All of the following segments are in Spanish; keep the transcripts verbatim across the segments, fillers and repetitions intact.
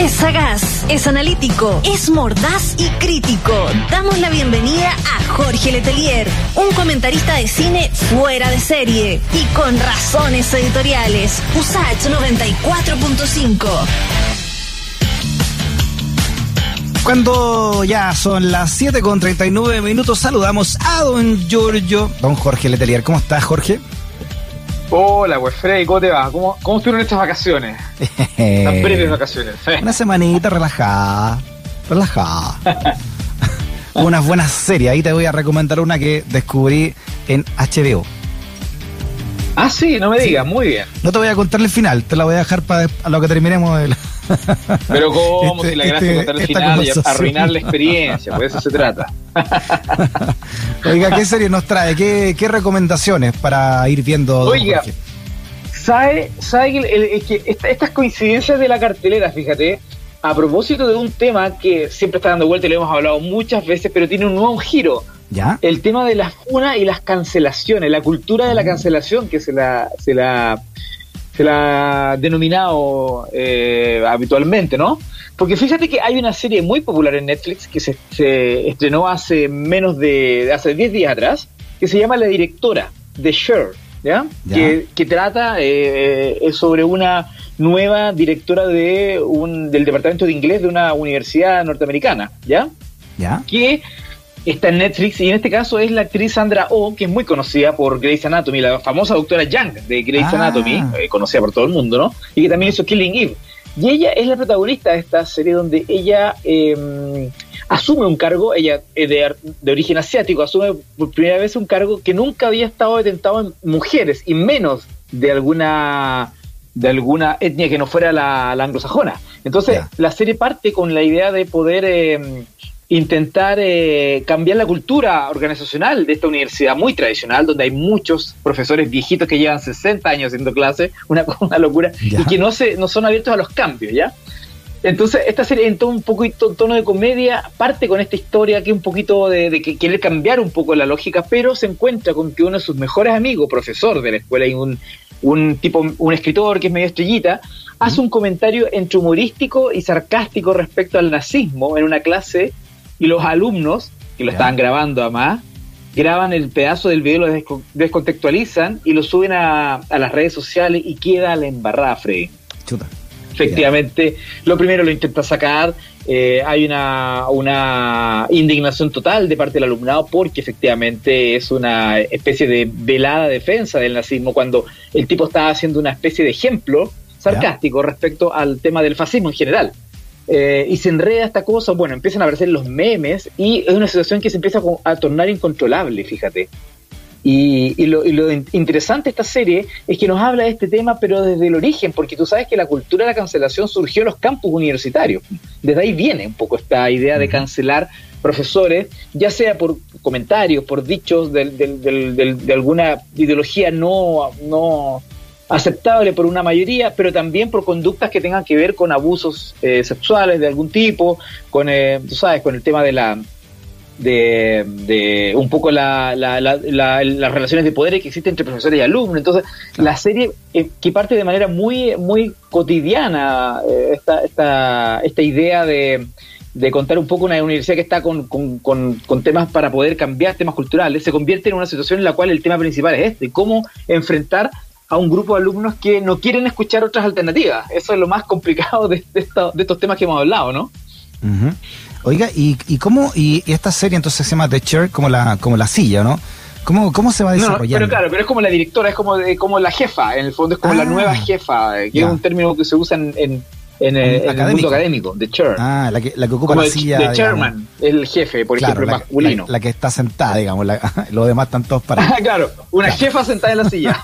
Es sagaz, es analítico, es mordaz y crítico. Damos la bienvenida a Jorge Letelier, un comentarista de cine fuera de serie y con razones editoriales. U S A C noventa y cuatro punto cinco. Cuando ya son las siete con treinta y nueve minutos, saludamos a don Giorgio, don Jorge Letelier. ¿Cómo estás, Jorge? Hola, pues Freddy, ¿cómo te va? ¿Cómo, cómo estuvieron estas vacaciones? Estas breves vacaciones. Una semanita relajada, relajada. Unas buenas series. Ahí te voy a recomendar una que descubrí en H B O. Ah, sí, no me digas, sí. Muy bien. No te voy a contar el final, te la voy a dejar para a lo que terminemos de la... Pero cómo, este, si la gracia este, es contar el final y arruinar la experiencia, pues de eso se trata. Oiga, ¿qué serie nos trae? ¿Qué, qué recomendaciones para ir viendo? Oiga, ¿sabe, sabe que, el, el, que esta, estas coincidencias de la cartelera, fíjate, a propósito de un tema que siempre está dando vuelta y lo hemos hablado muchas veces, pero tiene un nuevo giro? ¿Ya? El tema de las funas y las cancelaciones, la cultura de la cancelación que se la... Se la se la ha denominado eh, habitualmente, ¿no? Porque fíjate que hay una serie muy popular en Netflix que se, se estrenó hace menos de, de hace diez días atrás, que se llama La Directora, de Cher, ¿ya? ¿Ya? Que, que trata eh, es sobre una nueva directora de un del departamento de inglés de una universidad norteamericana, ¿ya? ¿Ya? Que está en Netflix, y en este caso es la actriz Sandra Oh, que es muy conocida por Grey's Anatomy, la famosa doctora Young de Grey's ah. Anatomy, eh, conocida por todo el mundo, ¿no? Y que también hizo Killing Eve. Y ella es la protagonista de esta serie donde ella eh, asume un cargo, ella es de, de origen asiático, asume por primera vez un cargo que nunca había estado detentado en mujeres, y menos de alguna de alguna etnia que no fuera la, la anglosajona. Entonces, yeah. la serie parte con la idea de poder... Eh, intentar eh, cambiar la cultura organizacional de esta universidad muy tradicional, donde hay muchos profesores viejitos que llevan sesenta años haciendo clases, una, una locura, ¿ya? Y que no se no son abiertos a los cambios, ¿ya? Entonces, esta serie en tono un poquito tono de comedia parte con esta historia que es un poquito de, de que querer cambiar un poco la lógica, pero se encuentra con que uno de sus mejores amigos, profesor de la escuela, y un, un tipo, un escritor que es medio estrellita, uh-huh. hace un comentario entre humorístico y sarcástico respecto al nazismo en una clase. Y los alumnos, que lo yeah. estaban grabando además, graban el pedazo del video, lo desco- descontextualizan y lo suben a, a las redes sociales y queda la embarrada, Freddy. Chuta. Efectivamente, yeah. lo primero lo intenta sacar, eh, hay una, una indignación total de parte del alumnado porque efectivamente es una especie de velada defensa del nazismo cuando el tipo estaba haciendo una especie de ejemplo sarcástico yeah. respecto al tema del fascismo en general. Eh, y se enreda esta cosa, bueno, empiezan a aparecer los memes y es una situación que se empieza a tornar incontrolable, fíjate. Y, y, lo, y lo interesante de esta serie es que nos habla de este tema, pero desde el origen, porque tú sabes que la cultura de la cancelación surgió en los campus universitarios. Desde ahí viene un poco esta idea de cancelar profesores, ya sea por comentarios, por dichos de, de, de, de, de alguna ideología no... no aceptable por una mayoría, pero también por conductas que tengan que ver con abusos eh, sexuales de algún tipo, con, eh, tú sabes, con el tema de la de, de un poco la, la, la, la, las relaciones de poder que existen entre profesores y alumnos. Entonces, claro. la serie eh, que parte de manera muy muy cotidiana eh, esta, esta, esta idea de de contar un poco una universidad que está con, con, con, con temas para poder cambiar temas culturales, se convierte en una situación en la cual el tema principal es este, cómo enfrentar a un grupo de alumnos que no quieren escuchar otras alternativas. Eso es lo más complicado de, de, esto, de estos temas que hemos hablado, ¿no? Uh-huh. Oiga, ¿y, y cómo y, y esta serie entonces se llama The Chair como la como la silla, ¿no? ¿Cómo, cómo se va desarrollando? No, pero claro, pero es como la directora, es como de, como la jefa, en el fondo es como ah, la nueva jefa, que ya. es un término que se usa en, en, en, el, en el mundo académico, The Chair. Ah, la que, la que ocupa como la el, silla. The Chairman, el jefe, por claro, ejemplo, la, masculino. La, la que está sentada, digamos, la, los demás están todos parados. Claro, una claro. jefa sentada en la silla.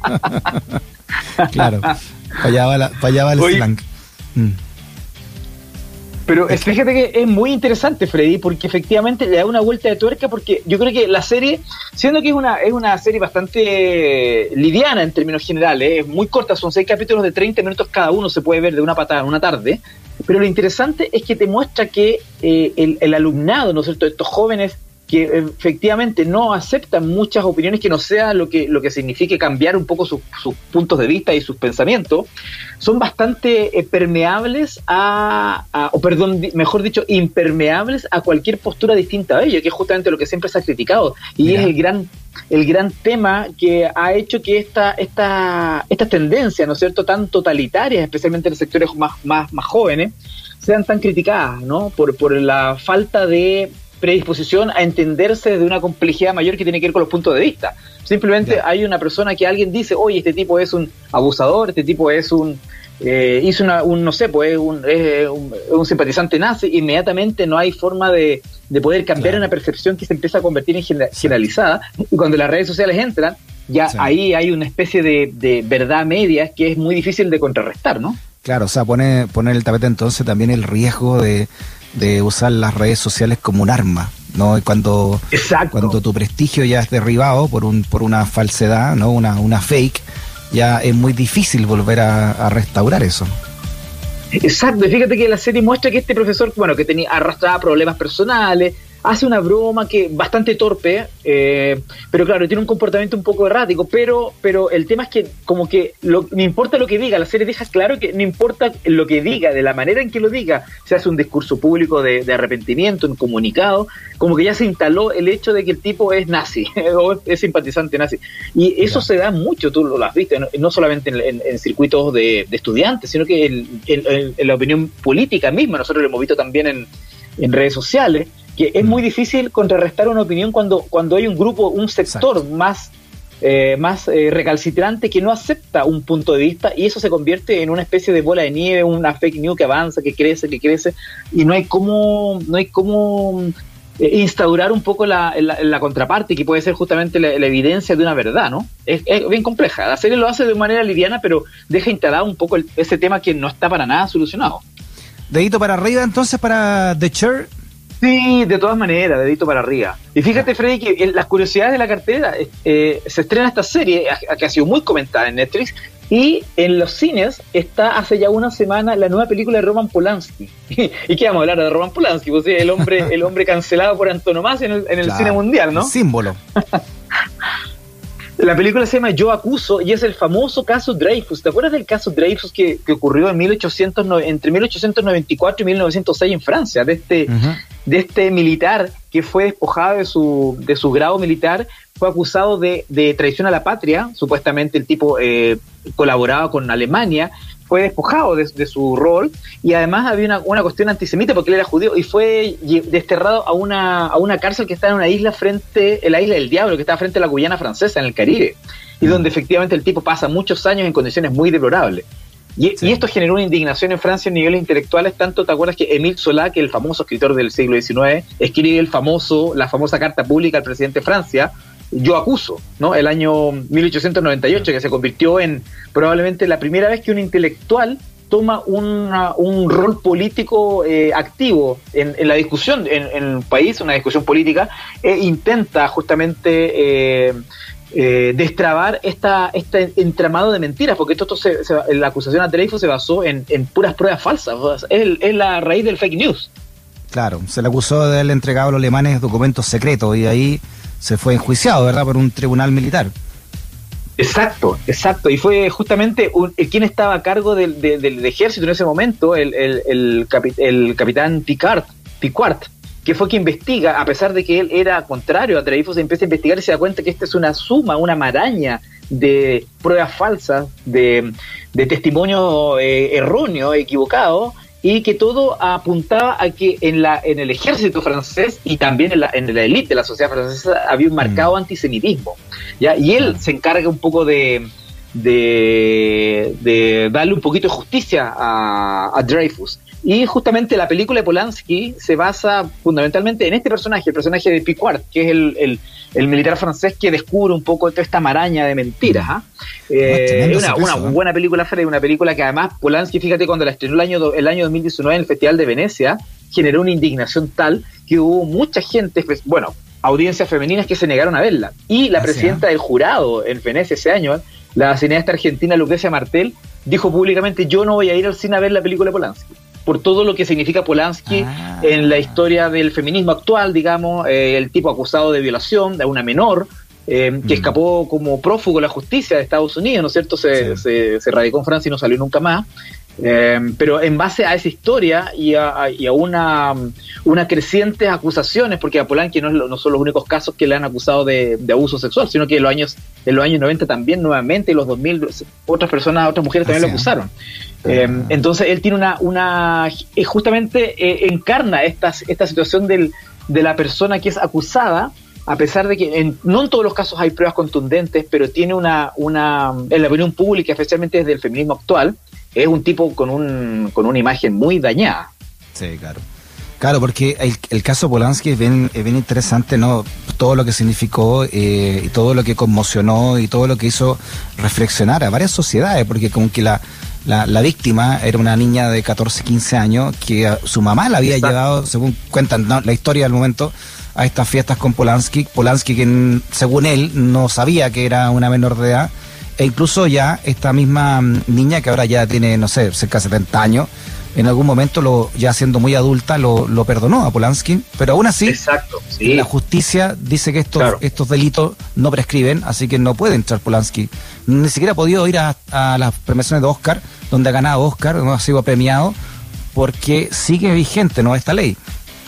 Claro, para allá va, la, para allá va el Oye, slang. Mm. Pero es, fíjate que es muy interesante, Freddy, porque efectivamente le da una vuelta de tuerca, porque yo creo que la serie, siendo que es una es una serie bastante liviana en términos generales, es muy corta, son seis capítulos de treinta minutos cada uno, se puede ver de una patada en una tarde, pero lo interesante es que te muestra que eh, el, el alumnado, ¿no es cierto?, estos jóvenes que efectivamente no aceptan muchas opiniones que no sea lo que, lo que signifique cambiar un poco sus, sus puntos de vista y sus pensamientos, son bastante eh, permeables a, a, o perdón, mejor dicho, impermeables a cualquier postura distinta a ello, que es justamente lo que siempre se ha criticado, y Mira. es el gran el gran tema que ha hecho que esta esta estas tendencias, ¿no es cierto?, tan totalitarias, especialmente en los sectores más, más, más jóvenes, sean tan criticadas, ¿no?, por, por la falta de predisposición a entenderse de una complejidad mayor que tiene que ver con los puntos de vista. Simplemente yeah. hay una persona que alguien dice, oye, este tipo es un abusador, este tipo es un eh, hizo una, un no sé, pues un, es un, un simpatizante nazi, inmediatamente no hay forma de, de poder cambiar claro. una percepción que se empieza a convertir en generalizada, y cuando las redes sociales entran, ya sí. ahí hay una especie de, de verdad media que es muy difícil de contrarrestar, ¿no? Claro, o sea, pone, pone en el tapete entonces también el riesgo de de usar las redes sociales como un arma, ¿no? Y cuando, cuando tu prestigio ya es derribado por un por una falsedad, ¿no? Una, una fake, ya es muy difícil volver a, a restaurar eso. Exacto, y fíjate que la serie muestra que este profesor, bueno, que tenía arrastraba problemas personales, hace una broma que bastante torpe, eh, pero claro, tiene un comportamiento un poco errático, pero pero el tema es que como que lo, no importa lo que diga, la serie deja claro que no importa lo que diga, de la manera en que lo diga, se hace un discurso público de, de arrepentimiento, un comunicado, como que ya se instaló el hecho de que el tipo es nazi, o es simpatizante nazi, y eso yeah. se da mucho, tú lo has visto, no, no solamente en, en, en circuitos de, de estudiantes, sino que en, en, en la opinión política misma, nosotros lo hemos visto también en, en redes sociales, que es muy difícil contrarrestar una opinión cuando, cuando hay un grupo, un sector Exacto. más, eh, más eh, recalcitrante que no acepta un punto de vista, y eso se convierte en una especie de bola de nieve, una fake news que avanza, que crece, que crece, y no hay cómo, no hay cómo eh, instaurar un poco la, la, la contraparte, que puede ser justamente la, la evidencia de una verdad, ¿no? Es, es bien compleja. La serie lo hace de manera liviana, pero deja instalado un poco el, ese tema que no está para nada solucionado. Dedito para arriba entonces para The Chair. Sí, de todas maneras, dedito para arriba. Y fíjate, Freddy, que en las curiosidades de la cartelera, eh, se estrena esta serie, que ha sido muy comentada en Netflix, y en los cines está hace ya una semana la nueva película de Roman Polanski. ¿Y qué vamos a hablar de Roman Polanski? Pues sí, el hombre, el hombre cancelado por antonomasia en el, en el claro, cine mundial, ¿no? Símbolo. La película se llama Yo Acuso y es el famoso caso Dreyfus. ¿Te acuerdas del caso Dreyfus que, que ocurrió en mil ochocientos, entre mil ochocientos noventa y cuatro y mil novecientos seis en Francia? De este, uh-huh. de este militar que fue despojado de su, de su grado militar, fue acusado de, de traición a la patria. Supuestamente el tipo eh, colaboraba con Alemania, fue despojado de, de su rol, y además había una, una cuestión antisemita porque él era judío, y fue desterrado a una, a una cárcel que está en una isla frente, en la isla del Diablo, que está frente a la Guyana Francesa, en el Caribe, y mm. donde efectivamente el tipo pasa muchos años en condiciones muy deplorables. Y, sí. y esto generó una indignación en Francia en niveles intelectuales, tanto, ¿te acuerdas que Émile Zola, que el famoso escritor del siglo diecinueve, escribe el famoso, la famosa carta pública al presidente de Francia, Yo Acuso, ¿no? El año mil ochocientos noventa y ocho, que se convirtió en probablemente la primera vez que un intelectual toma una, un rol político eh, activo en, en la discusión en, en el país, una discusión política, e intenta justamente eh, eh, destrabar esta, este entramado de mentiras, porque esto, esto se, se, la acusación a Dreyfus se basó en, en puras pruebas falsas, o sea, es, es la raíz del fake news. Claro, se le acusó de haberle entregado a los alemanes documentos secretos, y ahí se fue enjuiciado, ¿verdad?, por un tribunal militar. Exacto, exacto, y fue justamente un, el quien estaba a cargo del, del, del ejército en ese momento, el, el, el, capi, el capitán Picard, Picard, que fue quien investiga, a pesar de que él era contrario a Dreyfus, se empieza a investigar y se da cuenta que esta es una suma, una maraña de pruebas falsas, de, de testimonio eh, erróneo, equivocado, y que todo apuntaba a que en la en el ejército francés y también en la en la élite de la sociedad francesa había un marcado mm. antisemitismo, ¿ya? Y él mm. se encarga un poco de, de de darle un poquito de justicia a, a Dreyfus. Y justamente la película de Polanski se basa fundamentalmente en este personaje, el personaje de Picard, que es el, el, el militar francés que descubre un poco toda esta maraña de mentiras. ¿eh? Eh, es una, una buena película, Fred, una película que además Polanski, fíjate, cuando la estrenó el año, el año dos mil diecinueve en el Festival de Venecia, generó una indignación tal que hubo mucha gente, bueno, audiencias femeninas que se negaron a verla. Y la presidenta del jurado en Venecia ese año, la cineasta argentina Lucrecia Martel, dijo públicamente: yo no voy a ir al cine a ver la película de Polanski. por todo lo que significa Polanski ah. en la historia del feminismo actual, digamos, eh, el tipo acusado de violación de una menor, eh, que mm. escapó como prófugo de la justicia de Estados Unidos, ¿no es cierto? Se, sí. se, se radicó en Francia y no salió nunca más. Eh, pero en base a esa historia y a, y a una, una crecientes acusaciones, porque a Polanski no, es lo, no son los únicos casos que le han acusado de, de abuso sexual, sino que en los años en los años noventa también nuevamente, en los dos mil, otras personas, otras mujeres también ah, lo acusaron. Sí. Eh, ah. Entonces él tiene una, una eh, justamente eh, encarna esta, esta situación del, de la persona que es acusada, a pesar de que en, no en todos los casos hay pruebas contundentes, pero tiene una, una en la opinión pública, especialmente desde el feminismo actual, es un tipo con un con una imagen muy dañada. Sí, claro. Claro, porque el, el caso Polanski es bien, es bien interesante, ¿no? Todo lo que significó eh, y todo lo que conmocionó y todo lo que hizo reflexionar a varias sociedades, porque como que la, la, la víctima era una niña de catorce, quince años que a, su mamá la había Exacto. llevado, según cuentan, ¿no?, la historia del momento, a estas fiestas con Polanski. Polanski, que según él no sabía que era una menor de edad. E incluso ya esta misma niña, que ahora ya tiene, no sé, cerca de setenta años, en algún momento, lo ya siendo muy adulta, lo, lo perdonó a Polanski, pero aún así, Exacto, sí. la justicia dice que estos, claro. estos delitos no prescriben, así que no puede entrar Polanski. Ni siquiera ha podido ir a, a las premiaciones de Oscar, donde ha ganado Oscar, no ha sido premiado, porque sigue vigente, ¿no?, esta ley.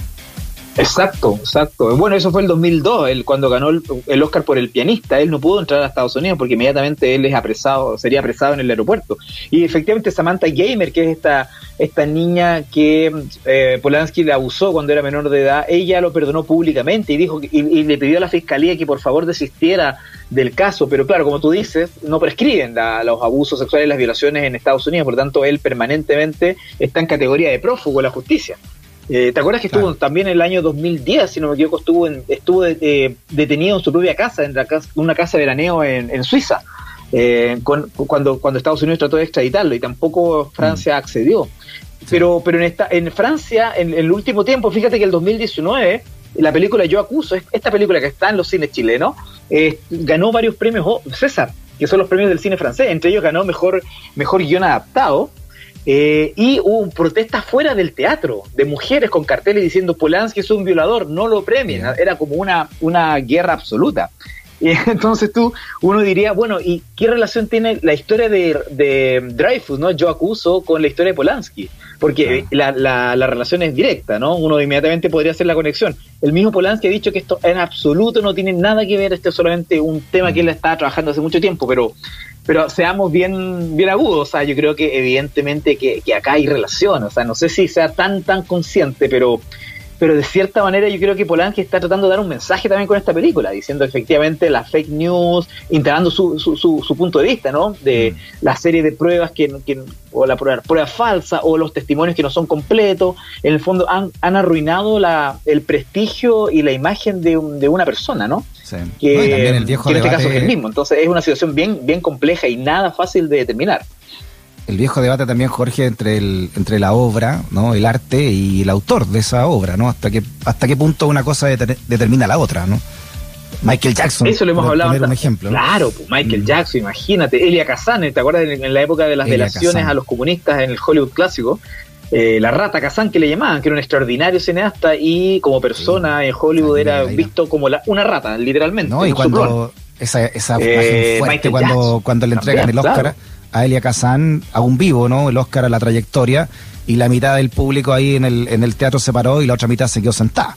Exacto, exacto. Bueno, eso fue el dos mil dos, él, cuando ganó el, el Oscar por El pianista. Él no pudo entrar a Estados Unidos porque inmediatamente él es apresado, sería apresado en el aeropuerto. Y efectivamente Samantha Gamer, que es esta esta niña que eh, Polanski le abusó cuando era menor de edad, ella lo perdonó públicamente y dijo y, y le pidió a la fiscalía que por favor desistiera del caso. Pero claro, como tú dices, no prescriben la, los abusos sexuales y las violaciones en Estados Unidos, por lo tanto él permanentemente está en categoría de prófugo de la justicia. Eh, ¿Te acuerdas que estuvo claro. también en el año dos mil diez, si no me equivoco, estuvo en, estuvo eh, detenido en su propia casa, en la casa, una casa de veraneo en, en Suiza, eh, con, cuando, cuando Estados Unidos trató de extraditarlo, y tampoco Francia mm. accedió. Sí. Pero, pero en, esta, en Francia, en, en el último tiempo, fíjate que el dos mil diecinueve, la película Yo Acuso, esta película que está en los cines chilenos, eh, ganó varios premios César, que son los premios del cine francés. Entre ellos ganó mejor, mejor guión adaptado. Eh, y hubo protestas fuera del teatro de mujeres con carteles diciendo Polanski es un violador, no lo premien. Era como una, una guerra absoluta. Y entonces tú, uno diría, bueno, ¿y qué relación tiene la historia de, de Dreyfus, ¿no?, Yo Acuso, con la historia de Polanski? Porque la, la, la relación es directa, ¿no? Uno inmediatamente podría hacer la conexión. El mismo Polanski ha dicho que esto en absoluto no tiene nada que ver, este es solamente un tema que él está trabajando hace mucho tiempo, pero pero seamos bien bien agudos. O sea, yo creo que evidentemente que, que acá hay relación. O sea, no sé si sea tan tan consciente, pero pero de cierta manera yo creo que Polanski está tratando de dar un mensaje también con esta película, diciendo efectivamente las fake news, integrando su, su, su, su punto de vista, ¿no? De mm. la serie de pruebas que, que o la prueba, prueba falsa, o los testimonios que no son completos. En el fondo han, han arruinado la, el prestigio y la imagen de, un, de una persona, ¿no? Sí. Que, no, y también el viejo que en este debate... caso es el mismo. Entonces es una situación bien, bien compleja y nada fácil de determinar. El viejo debate también, Jorge, entre el entre la obra, ¿no?, el arte y el autor de esa obra, ¿no? Hasta qué hasta qué punto una cosa deter, determina la otra, ¿no? Michael Jackson, eso lo hemos por hablado poner un ejemplo, ¿no? Claro, pues Michael mm. Jackson, imagínate, Elia Kazan, ¿te acuerdas en, en la época de las Elia delaciones Kazan. A los comunistas en el Hollywood clásico? Eh, la rata Kazan, que le llamaban, que era un extraordinario cineasta y como persona sí. en Hollywood sí, era visto como la, una rata, literalmente. No, y cuando esa, esa imagen eh, fuerte Michael cuando, Jackson, cuando le entregan también, el Oscar claro. a Elia Kazan, a un vivo, ¿no?, el Oscar a la trayectoria, y la mitad del público ahí en el, en el teatro se paró y la otra mitad se quedó sentada.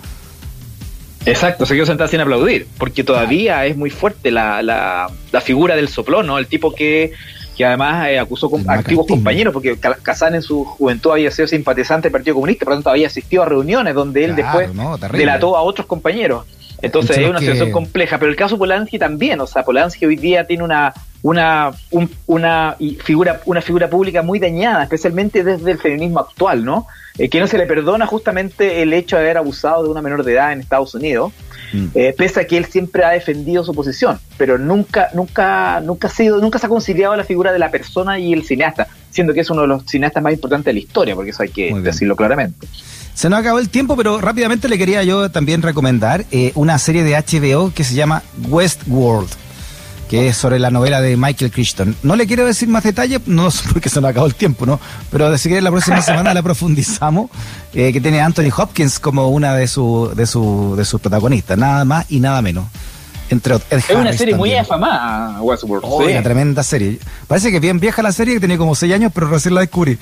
Exacto, se quedó sentada sin aplaudir, porque todavía ah. es muy fuerte la, la, la figura del soplón, ¿no? El tipo que, que además eh, acusó con activos compañeros, porque Kazan en su juventud había sido simpatizante del Partido Comunista, por lo tanto había asistido a reuniones donde él claro, después no, delató a otros compañeros. Entonces es una que... situación compleja, pero el caso Polanski también, o sea, Polanski hoy día tiene una una un, una figura una figura pública muy dañada, especialmente desde el feminismo actual, ¿no? Eh, que no se le perdona justamente el hecho de haber abusado de una menor de edad en Estados Unidos, mm. eh, pese a que él siempre ha defendido su posición, pero nunca nunca nunca ha sido nunca se ha conciliado la figura de la persona y el cineasta, siendo que es uno de los cineastas más importantes de la historia, porque eso hay que decirlo claramente. Se nos acabó el tiempo, pero rápidamente le quería yo también recomendar eh, una serie de H B O que se llama Westworld. que es sobre la novela de Michael Crichton. No le quiero decir más detalles, no porque se nos acabó el tiempo, ¿no? Pero si quieres la próxima semana la profundizamos, eh, que tiene a Anthony Hopkins como una de sus de su, de sus protagonistas, nada más y nada menos. Entre otros, es una serie también muy afamada, Westworld. Oh, sí. Una tremenda serie. Parece que bien vieja la serie, que tenía como seis años, pero recién la descubrí.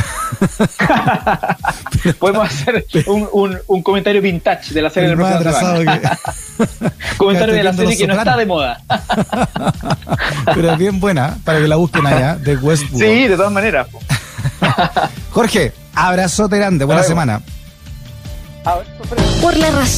Podemos hacer un, un, un comentario vintage de la serie del próximo semana. Que... comentario de la serie que no está de moda. Pero es bien buena, para que la busquen allá, de Westworld. Sí, de todas maneras. Jorge, abrazote grande, buena semana. Por la razón